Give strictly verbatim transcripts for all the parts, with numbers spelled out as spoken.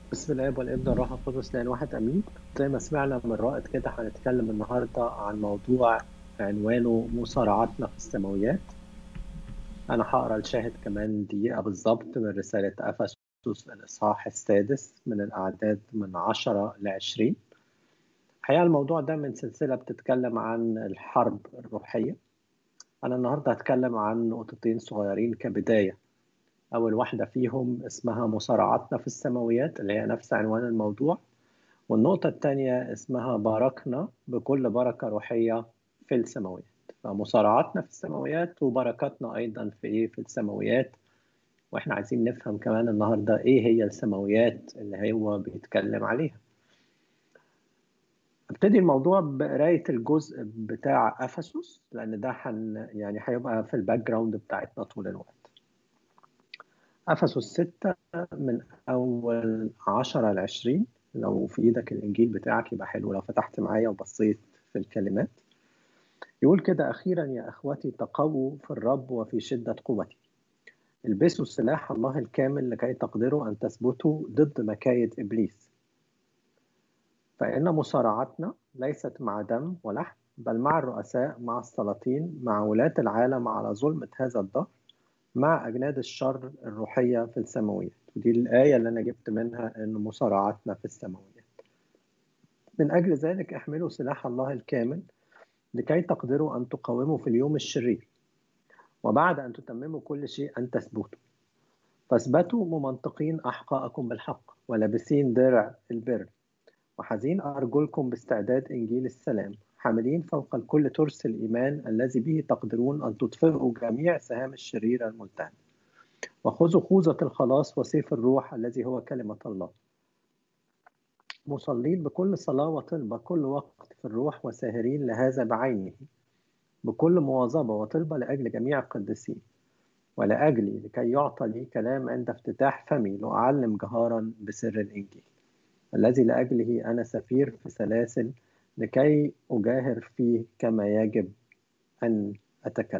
بسم الله والابن والروح القدس لان واحد امين. زي ما سمعنا من رائد كده هنتكلم النهارده عن موضوع عنوانه مصارعتنا في السماويات. انا هقرا الشاهد كمان دقيقه بالظبط من رساله افسس الاصحاح السادس من الاعداد من عشرة ل عشرين. الحقيقه الموضوع ده من سلسله بتتكلم عن الحرب الروحيه. انا النهارده هتكلم عن نقطتين صغيرين كبدايه. اول واحده فيهم اسمها مصارعتنا في السماويات اللي هي نفس عنوان الموضوع، والنقطة الثانية اسمها باركنا بكل بركة روحية في السماويات. فمصارعتنا في السماويات وبركاتنا أيضا في إيه في السماويات. وإحنا عايزين نفهم كمان النهاردة إيه هي السماويات اللي هو بيتكلم عليها. ابتدي الموضوع بقراية الجزء بتاع أفسس لأن ده حن يعني هيبقى في الباك جراوند بتاعتنا طول الوقت. أفسس ستة من أول عشرة لعشرين. لو في إيدك الإنجيل بتاعك يبقى حلو، لو فتحت معايا وبصيت في الكلمات. يقول كده: أخيرا يا أخوتي تقووا في الرب وفي شدة قوتي، البسوا سلاح الله الكامل لكي تقدروا أن تثبتوا ضد مكايد إبليس. فإن مصارعتنا ليست مع دم ولحم، بل مع الرؤساء، مع السلاطين، مع ولاة العالم على ظلمة هذا الدهر، مع أجناد الشر الروحية في السماويات. ودي الآية اللي أنا جبت منها إن مصارعتنا في السماويات. من أجل ذلك احملوا سلاح الله الكامل لكي تقدروا أن تقاوموا في اليوم الشرير، وبعد أن تتمموا كل شيء أن تثبتوا. فاثبتوا ممنطقين أحقاءكم بالحق، ولابسين درع البر، وحازين أرجلكم باستعداد إنجيل السلام، حاملين فوق الكل ترس الإيمان الذي به تقدرون أن تطفئوا جميع سهام الشرير الملتهب. وخذوا خوذة الخلاص وسيف الروح الذي هو كلمة الله، مصلين بكل صلاة وطلبة كل وقت في الروح، وساهرين لهذا بعينه بكل مواظبة وطلبة لأجل جميع القديسين، ولأجلي لكي يعطى لي كلام عند افتتاح فمي لأعلم جهارا بسر الإنجيل الذي لأجله أنا سفير في سلاسل، لكي أجاهر فيه كما يجب أن أتكلم.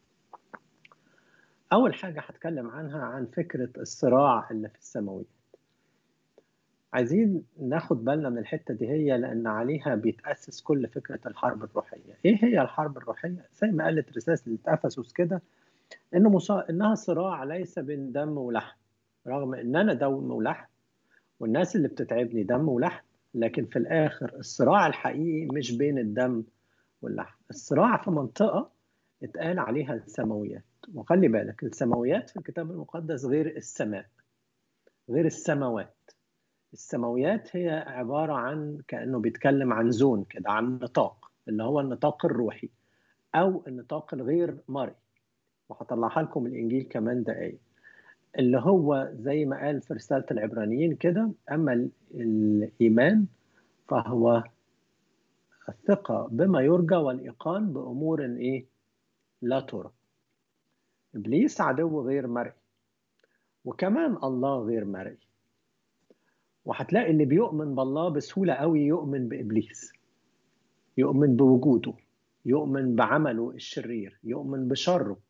أول حاجة هتكلم عنها عن فكرة الصراع اللي في السماوية. عايزين ناخد بالنا من الحتة دي، هي لأن عليها بيتأسس كل فكرة الحرب الروحية. إيه هي الحرب الروحية؟ زي ما قالت رسالة أفسس كده، إنه مصا... إنها صراع ليس بين دم ولحم، رغم إن أنا دم ولحم والناس اللي بتتعبني دم ولحم، لكن في الآخر الصراع الحقيقي مش بين الدم واللحم. الصراع في منطقة اتقال عليها السماويات. وخلي بالك السماويات في الكتاب المقدس غير السماء، غير السماوات. السماويات هي عبارة عن كأنه بيتكلم عن زون كده، عن نطاق اللي هو النطاق الروحي أو النطاق الغير مرئي. وهطلعها لكم الإنجيل كمان دقايق. اللي هو زي ما قال في رسالة العبرانيين كده: أما ال- الإيمان فهو الثقة بما يرجى والإيقان بأمور إيه لا ترى. إبليس عدو غير مرئي، وكمان الله غير مرئي. وهتلاقي اللي بيؤمن بالله بسهولة قوي يؤمن بإبليس، يؤمن بوجوده، يؤمن بعمله الشرير، يؤمن بشره.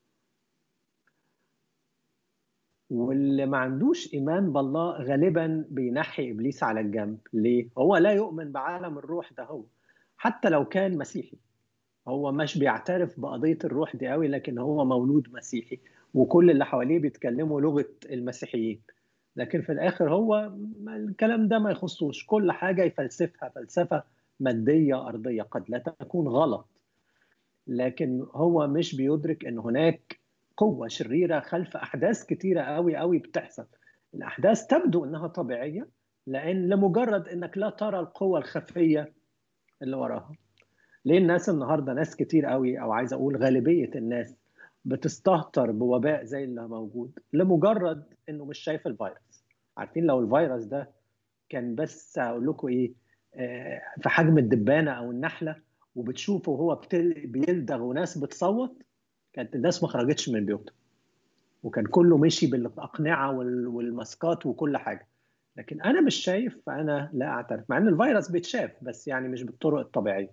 واللي ما عندوش إيمان بالله غالبا بينحي إبليس على الجنب. ليه؟ هو لا يؤمن بعالم الروح ده. هو حتى لو كان مسيحي هو مش بيعترف بقضية الروح دي قوي، لكن هو مولود مسيحي وكل اللي حواليه بيتكلموا لغة المسيحيين. لكن في الآخر هو الكلام ده ما يخصوش، كل حاجة يفلسفها فلسفة مادية أرضية، قد لا تكون غلط، لكن هو مش بيدرك ان هناك قوة شريرة خلف احداث كتيرة قوي قوي بتحصل. الاحداث تبدو انها طبيعية لان لمجرد انك لا ترى القوة الخفية اللي وراها. ليه الناس النهاردة، ناس كتير قوي او عايز اقول غالبية الناس، بتستهتر بوباء زي اللي موجود لمجرد انه مش شايف الفيروس؟ عارفين لو الفيروس ده كان بس اقول لكم ايه، آه، في حجم الدبانه او النحله، وبتشوفه وهو بتل- بيلدغ وناس بتصوت، كانت الناس ما خرجتش من بيوتها وكان كله مشي بالاقنعه وال- والماسكات وكل حاجه. لكن انا مش شايف، فانا لا اعترف، مع ان الفيروس بيتشاف بس يعني مش بالطرق الطبيعيه.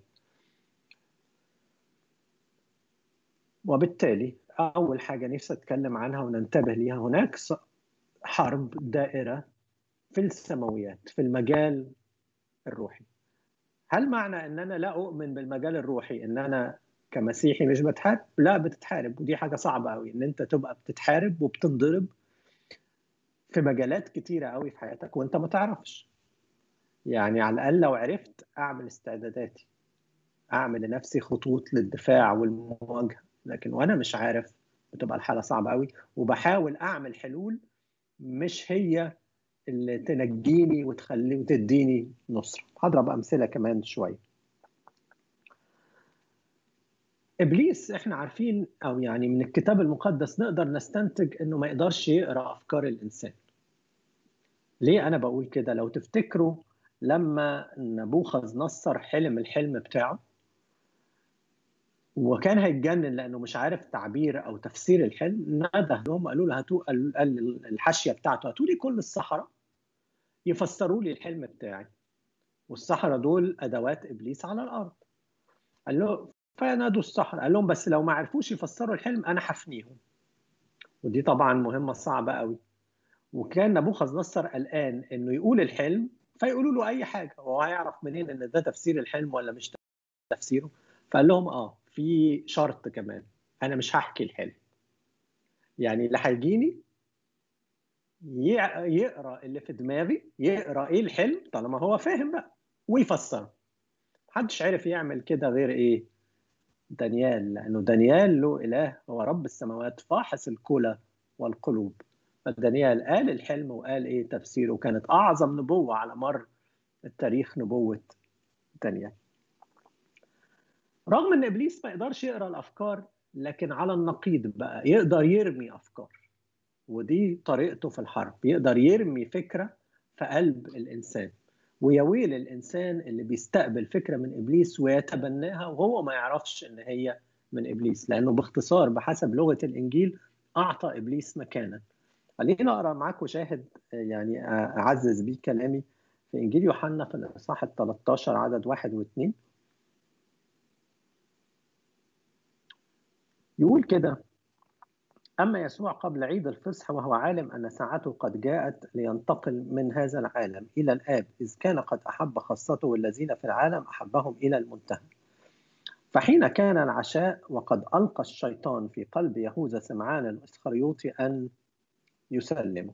وبالتالي اول حاجه نفسي اتكلم عنها وننتبه ليها: هناك ص- حرب دائره في السماويات، في المجال الروحي. هل معنى ان انا لا اؤمن بالمجال الروحي ان انا كمسيحي مش بتحارب؟ لا، بتتحارب، ودي حاجه صعبه قوي ان انت تبقى بتتحارب وبتنضرب في مجالات كتيره قوي في حياتك وانت ما تعرفش. يعني على الاقل لو عرفت اعمل استعداداتي، اعمل لنفسي خطوط للدفاع والمواجهه، لكن وانا مش عارف بتبقى الحاله صعبه قوي، وبحاول اعمل حلول مش هي اللي تنجيني وتخلي وتديني نصره. هضرب امثله كمان شويه. ابليس احنا عارفين، او يعني من الكتاب المقدس نقدر نستنتج انه ما يقدرش يقرا افكار الانسان. ليه انا بقول كده؟ لو تفتكروا لما نبوخذ نصر حلم الحلم بتاعه وكان هيتجنن لانه مش عارف تعبير او تفسير الحلم، نده لهم قالوا له هاتوا الحاشيه بتاعته، هاتوا لي كل السحره يفسروا لي الحلم بتاعي. والسحره دول ادوات ابليس على الارض. قال له فنادوا السحره، قال لهم بس لو ما عرفوش يفسروا الحلم انا هفنيهم. ودي طبعا مهمه صعبه قوي. وكان نبوخذ نصر قلقان انه يقول الحلم فيقولوا له اي حاجه، وهو هيعرف منين ان ده تفسير الحلم ولا مش تفسيره؟ فقال لهم اه في شرط كمان، انا مش هحكي الحلم. يعني اللي هيجيني يقرا اللي في دماغي، يقرا ايه الحلم طالما هو فاهم بقى ويفسره. محدش عرف يعمل كده غير ايه؟ دانيال، لانه دانيال له اله هو رب السماوات فاحص الكلى والقلوب. فدانيال قال الحلم وقال ايه تفسيره، وكانت اعظم نبوه على مر التاريخ نبوه دانيال. رغم ان ابليس ما يقدرش يقرا الافكار، لكن على النقيض بقى يقدر يرمي افكار. ودي طريقته في الحرب، يقدر يرمي فكره في قلب الانسان. ويا ويل الانسان اللي بيستقبل فكره من ابليس ويتبناها وهو ما يعرفش ان هي من ابليس، لانه باختصار بحسب لغه الانجيل اعطى ابليس مكانا. خليني اقرا معاكم شاهد يعني اعزز بيه كلامي في انجيل يوحنا في الاصحاح ال ثلاثة عشر عدد واحد واثنين. يقول كده: أما يسوع قبل عيد الفصح وهو عالم أن ساعته قد جاءت لينتقل من هذا العالم إلى الآب، إذ كان قد أحب خاصته الذين في العالم أحبهم إلى المنتهى. فحين كان العشاء وقد ألقى الشيطان في قلب يهوذا سمعان الإسخريوطي أن يسلمه.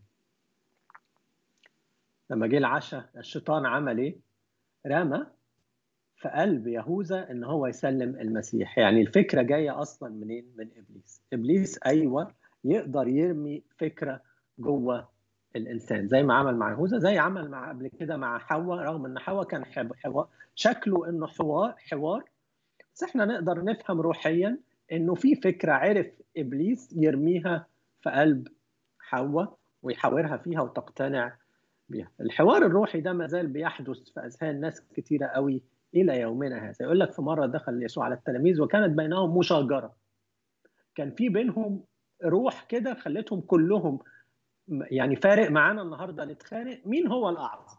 لما جه العشاء الشيطان عمل إيه؟ رمى في قلب يهوذا ان هو يسلم المسيح. يعني الفكره جايه اصلا منين؟ من ابليس. ابليس ايوه يقدر يرمي فكره جوه الانسان، زي ما عمل مع يهوذا، زي عمل مع قبل كده مع حواء، رغم ان حواء كان حوار شكله انه حوار حوار بس احنا نقدر نفهم روحيا انه في فكره عرف ابليس يرميها في قلب حواء ويحاورها فيها وتقتنع بيها. الحوار الروحي ده ما زال بيحدث في اذهان ناس كتيره قوي الى يومنا هذا. يقول لك في مره دخل يسوع على التلاميذ وكانت بينهم مشاجره، كان في بينهم روح كده خلتهم كلهم يعني فارق معانا النهارده نتخانق مين هو الاعظم.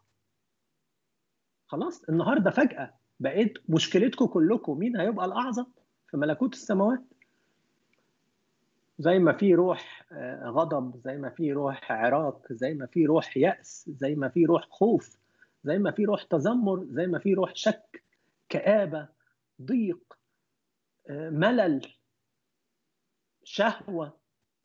خلاص النهارده فجاه بقيت مشكلتكم كلكم مين هيبقى الاعظم في ملكوت السماوات. زي ما في روح غضب، زي ما في روح عراق، زي ما في روح يأس، زي ما في روح خوف، زي ما في روح تذمر، زي ما في روح شك، كآبة، ضيق، ملل، شهوة،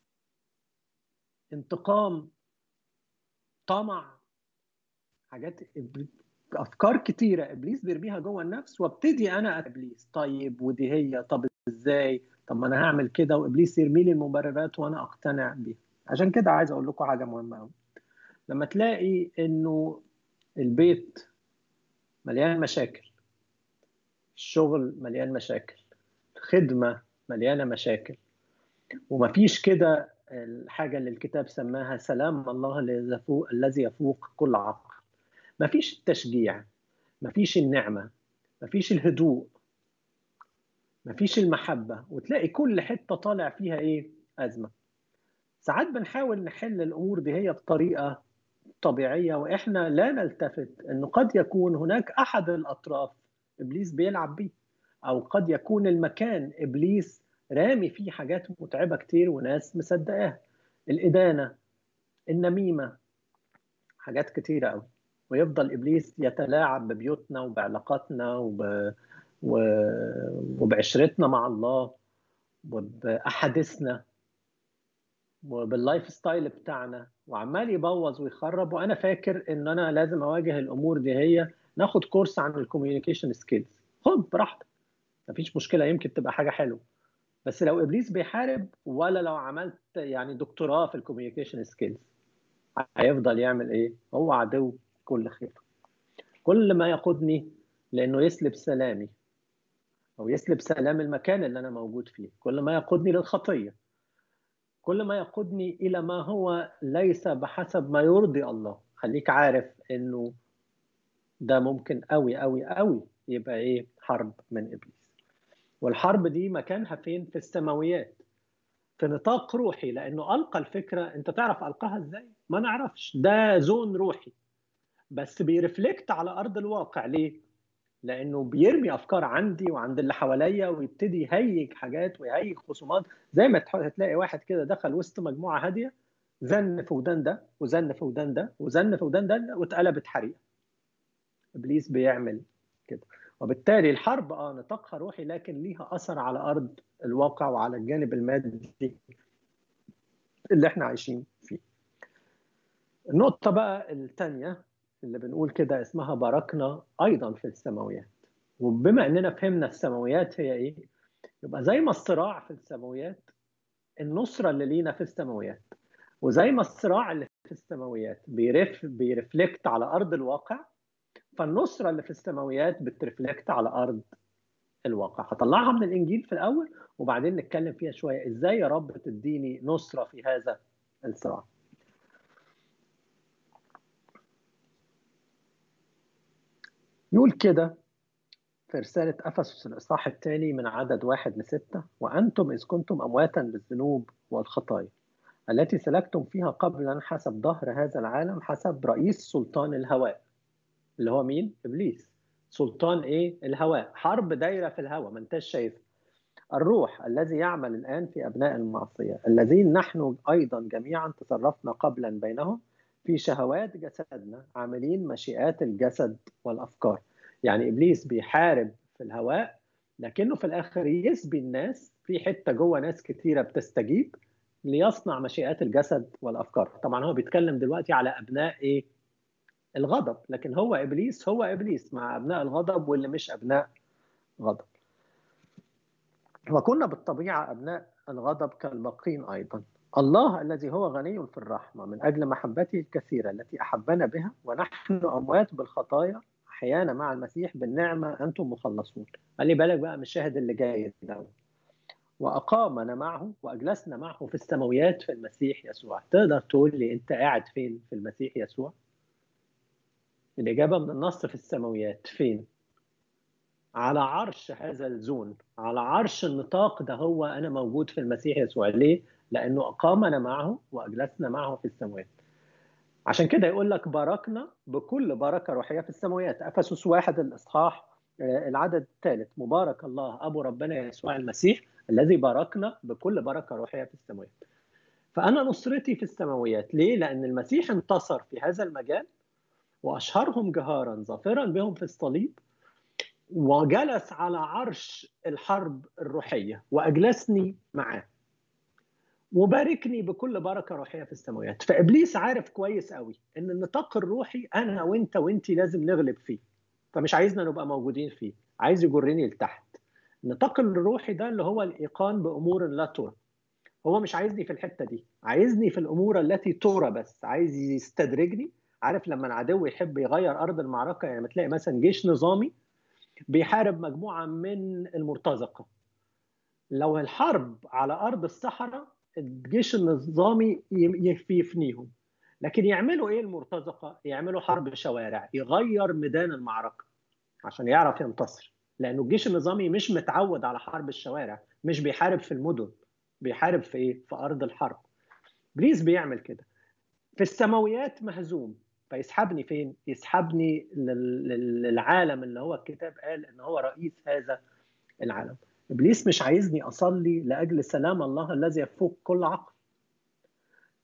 انتقام، طمع، حاجات، أفكار كتيرة إبليس بيرميها جوه النفس. وابتدي أنا إبليس طيب ودي هي، طب إزاي؟ طب ما أنا هعمل كده، وإبليس يرمي لي المبررات وأنا أقتنع بيها. عشان كده عايز أقول لكم حاجة مهمة أوي. لما تلاقي إنه البيت مليان مشاكل، الشغل مليان مشاكل، الخدمة مليانة مشاكل، ومفيش كده الحاجة اللي الكتاب سماها سلام الله الذي يفوق كل عقل، مفيش التشجيع، مفيش النعمة، مفيش الهدوء، مفيش المحبة، وتلاقي كل حتة طالع فيها إيه؟ أزمة. ساعات بنحاول نحل الأمور دي هي بطريقة طبيعية، وإحنا لا نلتفت أنه قد يكون هناك أحد الأطراف إبليس بيلعب بيه، أو قد يكون المكان إبليس رامي فيه حاجات متعبة كتير وناس مصدقاها. الإدانة، النميمة، حاجات كتيرة قوي. ويفضل إبليس يتلاعب ببيوتنا وبعلاقاتنا وب... و... وبعشرتنا مع الله وبأحاديثنا وباللايف ستايل بتاعنا، وعمال يبوظ ويخرب. وأنا فاكر إن أنا لازم أواجه الأمور دي. هي ناخد كورس عن الكوميونيكيشن سكيلز، خد براحتك مفيش مشكلة، يمكن تبقى حاجة حلوة. بس لو إبليس بيحارب، ولا لو عملت يعني دكتوراه في الكوميونيكيشن سكيلز، هيفضل يعمل إيه؟ هو عدو كل خير. كل ما يقودني لأنه يسلب سلامي أو يسلب سلام المكان اللي أنا موجود فيه، كل ما يقودني للخطية، كل ما يقودني إلى ما هو ليس بحسب ما يرضي الله. خليك عارف إنه ده ممكن قوي قوي قوي يبقى إيه؟ حرب من إبليس. والحرب دي مكانها فين؟ في السماويات، في نطاق روحي. لأنه ألقى الفكرة، أنت تعرف ألقاها إزاي؟ ما نعرفش، ده زون روحي بس بيرفلكت على أرض الواقع. ليه؟ لانه بيرمي افكار عندي وعند اللي حواليا، ويبتدي يهيج حاجات ويهيج خصومات. زي ما هتلاقي واحد كده دخل وسط مجموعه هاديه، زن في ودان ده وزن في ودان ده وزن في ودان ده واتقلبت حريقه. ابليس بيعمل كده. وبالتالي الحرب اه نطاقها روحي، لكن ليها اثر على ارض الواقع وعلى الجانب المادي اللي احنا عايشين فيه. النقطه بقى الثانيه اللي بنقول كده اسمها باركنا ايضا في السماويات. وبما اننا فهمنا السماويات هي ايه، يبقى زي ما الصراع في السماويات، النصرة اللي لينا في السماويات. وزي ما الصراع اللي في السماويات بيرف بيرفلكت على أرض الواقع، فالنصرة اللي في السماويات بترفلكت على أرض الواقع. هطلعها من الإنجيل في الأول، وبعدين نتكلم فيها شوية إزاي يا رب تديني نصرة في هذا الصراع. يقول كده في رسالة أفسس الإصحاح الثاني من عدد واحد لستة: وأنتم إذ كنتم أمواتا بالذنوب والخطايا التي سلكتم فيها قبلا حسب ظهر هذا العالم، حسب رئيس سلطان الهواء، اللي هو مين؟ إبليس. سلطان إيه؟ الهواء. حرب دايرة في الهواء ما انتش شايف. الروح الذي يعمل الآن في أبناء المعصية، الذين نحن أيضا جميعا تصرفنا قبلا بينهم في شهوات جسدنا، عاملين مشيئات الجسد والأفكار. يعني إبليس بيحارب في الهواء، لكنه في الآخر يسبي الناس في حتة جوه، ناس كثيرة بتستجيب ليصنع مشيئات الجسد والأفكار. طبعا هو بيتكلم دلوقتي على أبناء إيه؟ الغضب. لكن هو إبليس هو إبليس مع أبناء الغضب واللي مش أبناء غضب. وكنا بالطبيعة أبناء الغضب كالباقين أيضا. الله الذي هو غني في الرحمة من أجل محبته الكثيرة التي أحبنا بها ونحن أموات بالخطايا أحيانا مع المسيح بالنعمة أنتم مخلصون. خلي بالك بقى من الشاهد اللي جاي ده: وأقامنا معه وأجلسنا معه في السماويات في المسيح يسوع. تقدر تقول لي أنت قاعد فين في المسيح يسوع؟ الإجابة من النص: في السماويات. فين؟ على عرش هذا الزون، على عرش النطاق ده. هو أنا موجود في المسيح يسوع. ليه؟ لأنه أقامنا معه وأجلسنا معه في السماوات. عشان كده يقول لك باركنا بكل بركة روحية في السماوات. أفسس واحد الإصحاح العدد الثالث: مبارك الله أبو ربنا يسوع المسيح الذي باركنا بكل بركة روحية في السماوات. فأنا نصرتي في السماويات. ليه؟ لأن المسيح انتصر في هذا المجال وأشهرهم جهارا ظافرا بهم في الصليب، وجلس على عرش الحرب الروحية وأجلسني معاه، وباركني بكل بركة روحية في السماوات. فإبليس عارف كويس قوي إن النطاق الروحي أنا وإنت وإنتي لازم نغلب فيه، فمش عايزنا نبقى موجودين فيه، عايز يجرني لتحت. النطاق الروحي ده اللي هو الإيقان بأمور لا ترى. هو مش عايزني في الحتة دي، عايزني في الأمور التي ترى بس، عايز يستدرجني. عارف لما العدو يحب يغير أرض المعركة؟ يعني لما تلاقي مثلا جيش نظامي بيحارب مجموعة من المرتزقة، لو الحرب على أرض الصحراء الجيش النظامي يفنيهم. لكن يعملوا إيه المرتزقة؟ يعملوا حرب شوارع، يغير ميدان المعركة عشان يعرف ينتصر. لأنه الجيش النظامي مش متعود على حرب الشوارع، مش بيحارب في المدن، بيحارب في إيه؟ في أرض الحرب. إبليس بيعمل كده. في السماويات مهزوم، فيسحبني فين؟ يسحبني للعالم اللي هو الكتاب قال إن هو رئيس هذا العالم. إبليس مش عايزني أصلي لأجل سلام الله الذي يفوق كل عقل.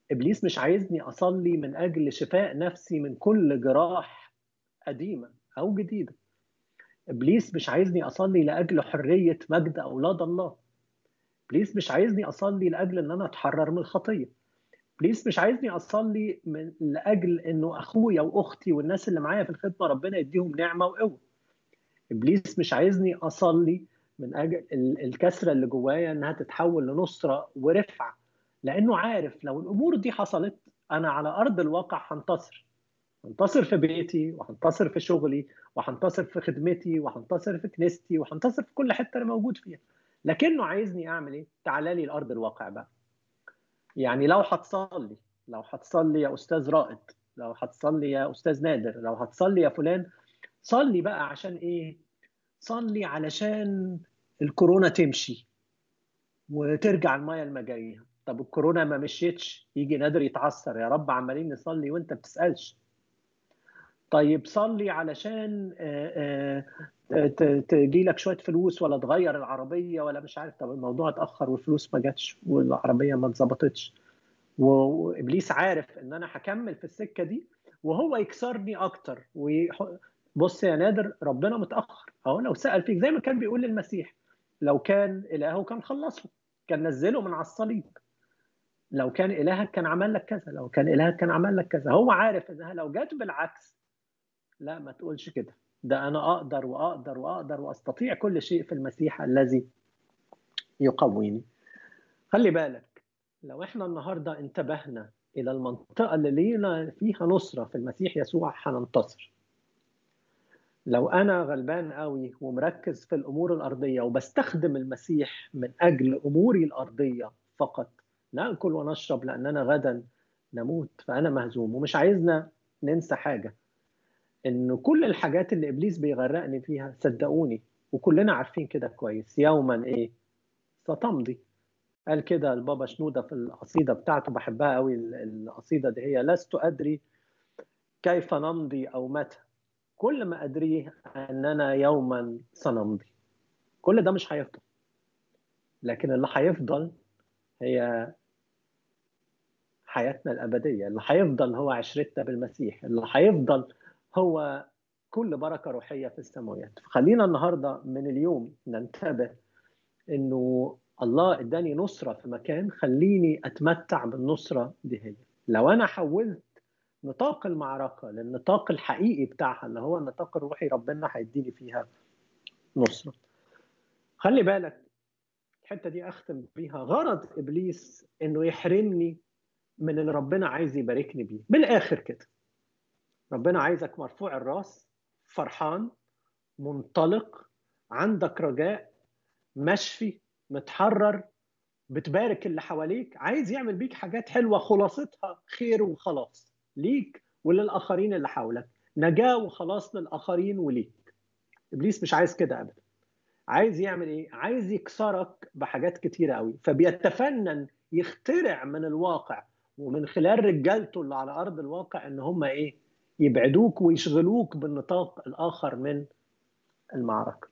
إبليس مش عايزني أصلي من أجل شفاء نفسي من كل جراح قديمة أو جديدة. إبليس مش عايزني أصلي لأجل حرية مجد أولاد الله. إبليس مش عايزني أصلي لأجل إن أنا أتحرر من الخطية. إبليس مش عايزني أصلي من لأجل إنه أخويا وأختي والناس اللي معايا في الخدمة ربنا يديهم نعمة وقوة. إبليس مش عايزني أصلي من أجل الكسرة اللي جوايا إنها تتحول لنصرة ورفعة، لأنه عارف لو الأمور دي حصلت أنا على أرض الواقع هنتصر. هنتصر في بيتي، وهنتصر في شغلي، وهنتصر في خدمتي، وهنتصر في كنيستي، وهنتصر في كل حتة أنا موجود فيها. لكنه عايزني أعمل إيه؟ تعالى لي الأرض الواقع بقى. يعني لو هتصلي، لو هتصلي يا أستاذ رائد، لو هتصلي يا أستاذ نادر، لو هتصلي يا فلان، صلي بقى عشان إيه؟ صلي علشان الكورونا تمشي وترجع المية المجاريها. طب الكورونا ما مشيتش، يجي نادر يتعثر، يا رب عمالين نصلي وانت بتسألش. طيب صلي علشان تجي لك شوية فلوس، ولا تغير العربية، ولا مش عارف. طب الموضوع اتأخر والفلوس ما جاتش والعربية ما اتظبطتش، وإبليس عارف ان انا هكمل في السكة دي وهو يكسرني اكتر. بص يا نادر، ربنا متأخر اهو. لو سأل فيك زي ما كان بيقول للمسيح، لو كان إلهه كان خلصه، كان نزله من على الصليب. لو كان إلهك كان عمل لك كذا، لو كان إلهك كان عمل لك كذا. هو عارف انها لو جت بالعكس، لا ما تقولش كده، ده انا اقدر واقدر واقدر واستطيع كل شيء في المسيح الذي يقويني. خلي بالك، لو احنا النهارده انتبهنا الى المنطقه اللي لينا فيها نصره في المسيح يسوع هننتصر. لو انا غلبان قوي ومركز في الامور الارضيه وبستخدم المسيح من اجل اموري الارضيه فقط، ناكل ونشرب لاننا غدا نموت، فانا مهزوم. ومش عايزنا ننسى حاجه، ان كل الحاجات اللي ابليس بيغرقني فيها صدقوني وكلنا عارفين كده كويس، يوما ايه ستمضي. قال كده البابا شنودة في القصيدة بتاعته، بحبها قوي القصيدة دي، هي لست أدري كيف نمضي أو متى، كل ما أدريه أننا يوما سنمضي. كل ده مش هيفضل، لكن اللي هيفضل هي حياتنا الأبدية. اللي هيفضل هو عشرتنا بالمسيح. اللي هيفضل هو كل بركة روحية في السماوات. فخلينا النهاردة من اليوم ننتبه إنه الله اداني نصرة في مكان، خليني أتمتع بالنصرة دي. هي لو أنا حولت نطاق المعركة للنطاق الحقيقي بتاعها اللي هو النطاق الروحي، ربنا هيديني فيها نصرة. خلي بالك الحتة دي أختم بيها، غرض إبليس إنه يحرمني من اللي ربنا عايز يباركني بيه. بالآخر كده ربنا عايزك مرفوع الراس، فرحان، منطلق، عندك رجاء، مشفي، متحرر، بتبارك اللي حواليك، عايز يعمل بيك حاجات حلوة خلاصتها خير وخلاص ليك وللآخرين اللي حولك، نجاة وخلاص للآخرين وليك. إبليس مش عايز كده أبدا. عايز يعمل إيه؟ عايز يكسرك بحاجات كتيرة قوي، فبيتفنن يخترع من الواقع ومن خلال رجالته اللي على أرض الواقع إن هم إيه؟ يبعدوك ويشغلوك بالنطاق الآخر من المعركة.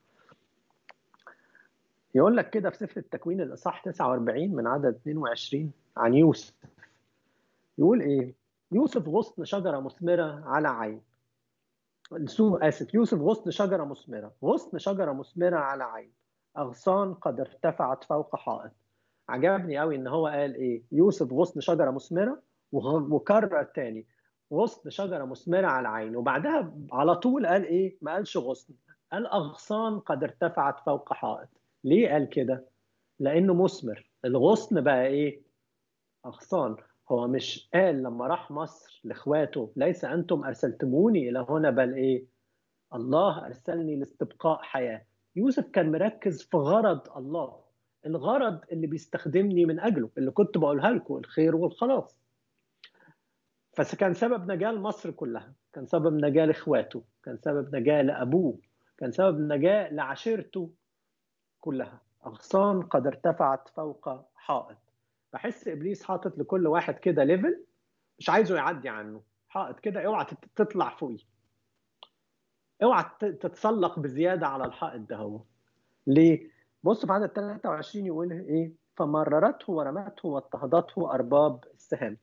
يقول لك كده في سفر التكوين الإصحاح تسعة وأربعين من عدد اثنين وعشرين عن يوسف، يقول إيه؟ يوسف غصن شجرة مثمرة على عين. آسف، يوسف غصن شجرة مثمرة، غصن شجرة مثمرة على عين، أغصان قد ارتفعت فوق حائط. عجبني قوي إن هو قال إيه؟ يوسف غصن شجرة مثمرة، وكرر تاني غصن شجرة مثمرة على عين، وبعدها على طول قال إيه؟ ما قالش غصن، قال أغصان قد ارتفعت فوق حائط. ليه قال كده؟ لأنه مثمر. الغصن بقى إيه؟ أغصان. هو مش قال لما راح مصر لإخواته ليس أنتم أرسلتموني إلى هنا بل إيه؟ الله أرسلني لاستبقاء حياة. يوسف كان مركز في غرض الله، الغرض اللي بيستخدمني من أجله، اللي كنت بقولها لكم، الخير والخلاص. فكان سبب نجاة مصر كلها، كان سبب نجاة لإخواته، كان سبب نجاة لأبوه، كان سبب نجاة لعشيرته كلها. أغصان قد ارتفعت فوق حائط. بحس إبليس حاطط لكل واحد كده ليفل مش عايزه يعدي عنه، حائط كده اوعى تطلع فوقيه، اوعى تتسلق بزياده على الحائط ده. هو ليه؟ بص في عدد ثلاثة وعشرين يقول ايه؟ فمررته ورمته واضطهدته ارباب السهام.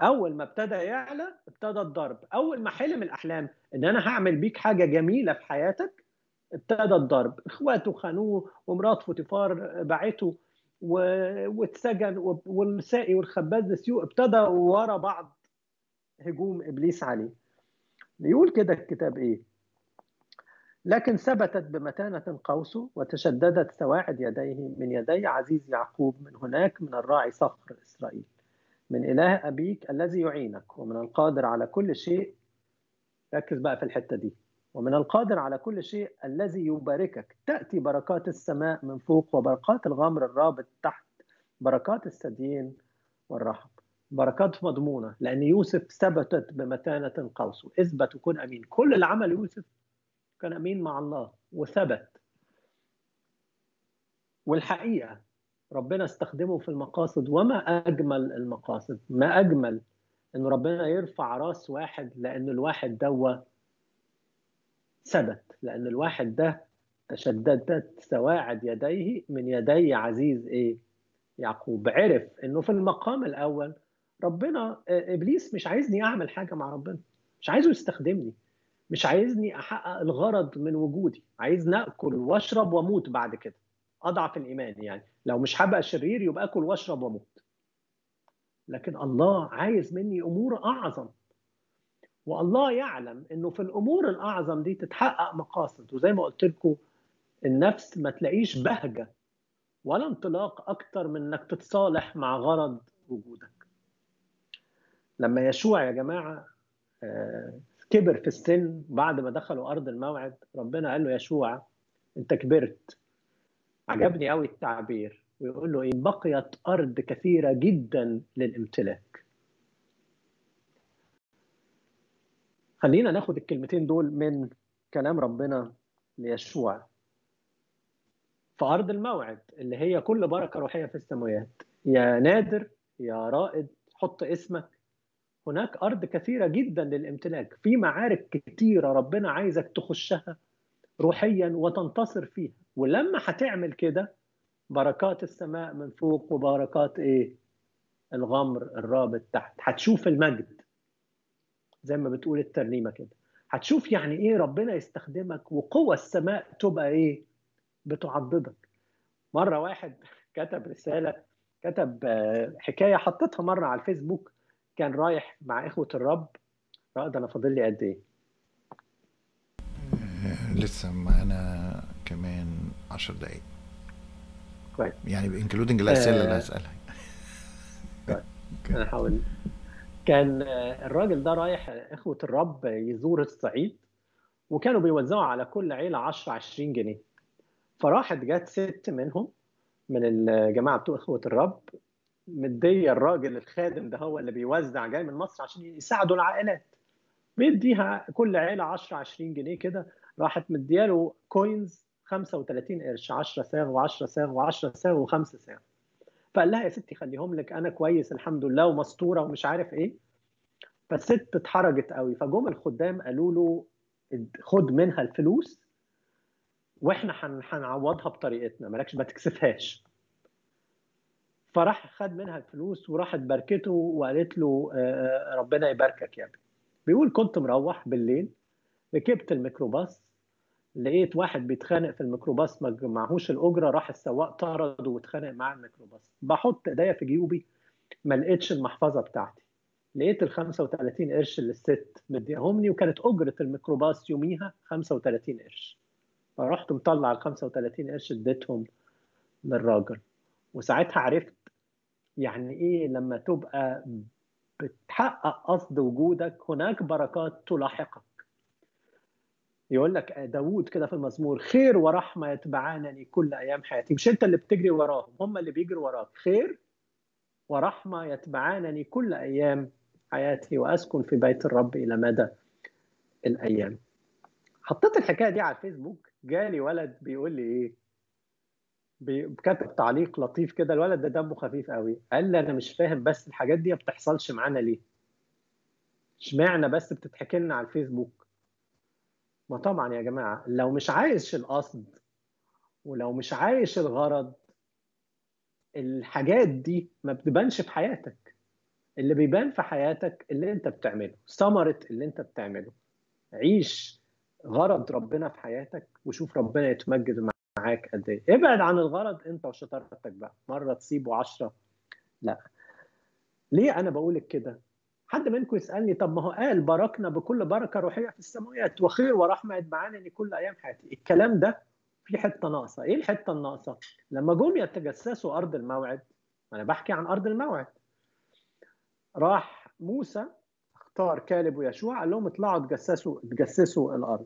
اول ما ابتدى يعلى ابتدى الضرب. اول ما حلم الاحلام ان انا هعمل بيك حاجه جميله في حياتك ابتدى الضرب. اخواته خانوه ومرات فوتيفار باعته واتسجن، والساقي والخباز السيوف ابتدى ورا بعض هجوم ابليس عليه. بيقول كده الكتاب ايه: لكن ثبتت بمتانة قوسه وتشددت سواعد يديه من يدي عزيز يعقوب، من هناك من الراعي صخر إسرائيل، من إله أبيك الذي يعينك، ومن القادر على كل شيء. ركز بقى في الحتة دي: ومن القادر على كل شيء الذي يباركك، تأتي بركات السماء من فوق وبركات الغمر الرابط تحت، بركات الثديين والرحب. بركات مضمونة لأن يوسف ثبتت بمتانة قوسه. اثبت وكن أمين. كل اللي عمل يوسف كان أمين مع الله وثبت. والحقيقة ربنا استخدمه في المقاصد، وما أجمل المقاصد، ما أجمل إن ربنا يرفع راس واحد، لأن الواحد ده ثبت، لأن الواحد ده تشددت سواعد يديه من يدي عزيز إيه؟ يعقوب. عرف إنه في المقام الأول ربنا، إبليس مش عايزني أعمل حاجة مع ربنا، مش عايزه يستخدمني، مش عايزني أحقق الغرض من وجودي، عايز نأكل واشرب واموت بعد كده. أضعف الإيمان يعني، لو مش هبقى شرير يبقى أكل واشرب واموت. لكن الله عايز مني أمور أعظم، والله يعلم إنه في الأمور الأعظم دي تتحقق مقاصد. وزي ما قلت لكم، النفس ما تلاقيش بهجة ولا انطلاق أكتر من إنك تتصالح مع غرض وجودك. لما يشوع يا جماعة كبر في السن بعد ما دخلوا أرض الموعد، ربنا قال له: يشوع أنت كبرت. عجبني قوي التعبير، ويقول له إيه: بقيت أرض كثيرة جدا للامتلاك. خلينا ناخد الكلمتين دول من كلام ربنا ليشوع. في أرض الموعد اللي هي كل بركة روحية في السماوات، يا نادر يا رائد حط اسمك، هناك أرض كثيرة جدا للامتلاك، في معارك كثيرة ربنا عايزك تخشها روحيا وتنتصر فيها. ولما هتعمل كده بركات السماء من فوق وبركات ايه؟ الغمر الرابط تحت. هتشوف المجد زي ما بتقول الترنيمة كده، هتشوف يعني ايه ربنا يستخدمك، وقوة السماء تبقى ايه؟ بتعضدك. مرة واحد كتب رسالة، كتب حكاية حطيتها مرة على الفيسبوك. كان رايح مع إخوة الرب. رائد أنا فاضل لي قد إيه؟ لسه معانا كمان عشر دقايق كويس. يعني انكلودنج الاسئله اللي آه هسالها. كويس. أنا هحاول. كان آه الراجل ده رايح إخوة الرب يزور الصعيد، وكانوا بيوزعوا على كل عيلة عشرة عشرين جنيه. فراحت جت ست منهم من الجماعة بتوع إخوة الرب، مدية الراجل الخادم ده هو اللي بيوزع، جاي من مصر عشان يساعدوا العائلات، بيديها كل عيلة عشرة عشرين جنيه كده. راحت مدياله كوينز خمسة وثلاثين قرش، عشرة ساغ و10 ساغ و10 ساغ و5 ساغ. فقال لها: يا ستي خليهم لك، انا كويس الحمد لله ومستوره ومش عارف ايه. فالست اتحرجت قوي، فجم الخدام قالوا له: خد منها الفلوس واحنا هنعوضها بطريقتنا، مالكش ما تكسفهاش. فراح خد منها الفلوس وراحت باركته وقالت له: ربنا يباركك يا ابني. بيقول كنت مروح بالليل، ركبت الميكروباص، لقيت واحد بيتخانق في الميكروباص ما معهوش الاجره، راح السواق طرده واتخانق مع الميكروباص. بحط ايديا في جيوبي ما لقيتش المحفظه بتاعتي، لقيت ال خمسة وثلاثين قرش اللي الست مديهم لي، وكانت اجره الميكروباص يوميها خمسة وثلاثين قرش. فرحت مطلع ال خمسة وثلاثين قرش اديتهم للراجل. وساعتها عرفت يعني ايه لما تبقى بتحقق قصد وجودك هناك بركات تلاحقك. يقول لك داوود كده في المزمور: خير ورحمة يتبعانني كل أيام حياتي. مش أنت اللي بتجري وراهم، هم اللي بيجروا وراك. خير ورحمة يتبعانني كل أيام حياتي، وأسكن في بيت الرب إلى مدى الأيام. حطيت الحكاية دي على الفيسبوك، جالي ولد بيقول لي إيه، كتب تعليق لطيف كده. الولد ده دمه خفيف قوي. قال لي: أنا مش فاهم بس الحاجات دي ما بتحصلش معانا ليه؟ اشمعنى بس بتتحكي لنا على الفيسبوك؟ ما طبعا يا جماعة، لو مش عايش القصد ولو مش عايش الغرض، الحاجات دي ما بتبانش في حياتك. اللي بيبان في حياتك اللي انت بتعمله، ثمرة اللي انت بتعمله. عيش غرض ربنا في حياتك وشوف ربنا يتمجد معاك قد ايه. ابعد عن الغرض انت وشطارتك بقى، مرة تصيب وعشرة لا. ليه انا بقولك كده؟ حد منكم يسألني طب ما هو قال باركنا بكل بركة روحية في السماوات وخير ورحمة يتبعانني كل ايام حياتي. الكلام ده في حتة ناقصة. ايه الحتة الناقصة؟ لما جم يتجسسوا ارض الموعد، انا بحكي عن ارض الموعد، راح موسى اختار كالب ويشوع قال لهم اطلعوا تجسسوا تجسسوا الارض.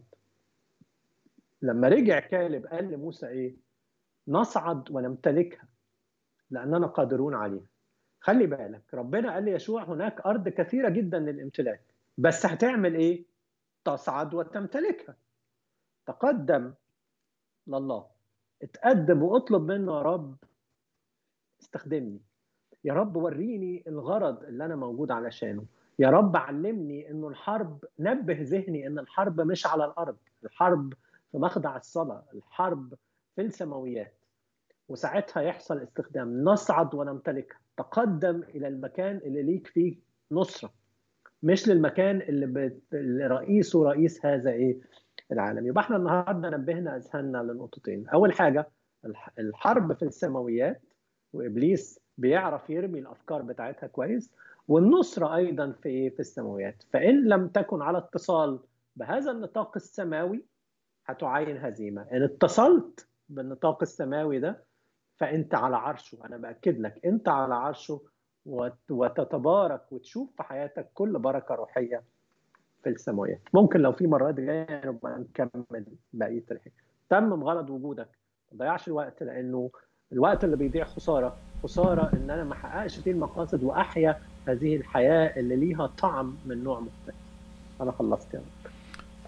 لما رجع كالب قال لموسى ايه؟ نصعد ونمتلكها لاننا قادرون عليها. خلي بالك ربنا قال ليشوع هناك ارض كثيره جدا للامتلاك، بس هتعمل ايه؟ تصعد وتمتلكها. تقدم لله، اتقدم واطلب منه يا رب استخدمني، يا رب وريني الغرض اللي انا موجود علشانه، يا رب علمني انه الحرب، نبه ذهني ان الحرب مش على الارض، الحرب في مخدع الصلاة، الحرب في السماويات. وساعتها يحصل استخدام. نصعد ونمتلكها، تقدم الى المكان اللي ليك فيه نصرة، مش للمكان اللي, ب... اللي رئيسه رئيس هذا ايه العالم. يبقى احنا النهارده نبهنا اذهاننا لنقطتين. اول حاجة الحرب في السماويات، وابليس بيعرف يرمي الافكار بتاعتها كويس، والنصره ايضا في ايه في السماويات. فان لم تكن على اتصال بهذا النطاق السماوي هتعاين هزيمه. ان اتصلت بالنطاق السماوي ده فانت على عرشه، انا باكد لك انت على عرشه، وتتبارك وتشوف في حياتك كل بركه روحيه في السماوات. ممكن لو في مرات جايه نبقى نكمل بقيه الحكايه. تمم غرض وجودك، ما تضيعش الوقت، لانه الوقت اللي بيضيع خساره. خساره ان انا ما احققش فيه المقاصد واحيا هذه الحياه اللي ليها طعم من نوع مختلف. انا خلصت يعني.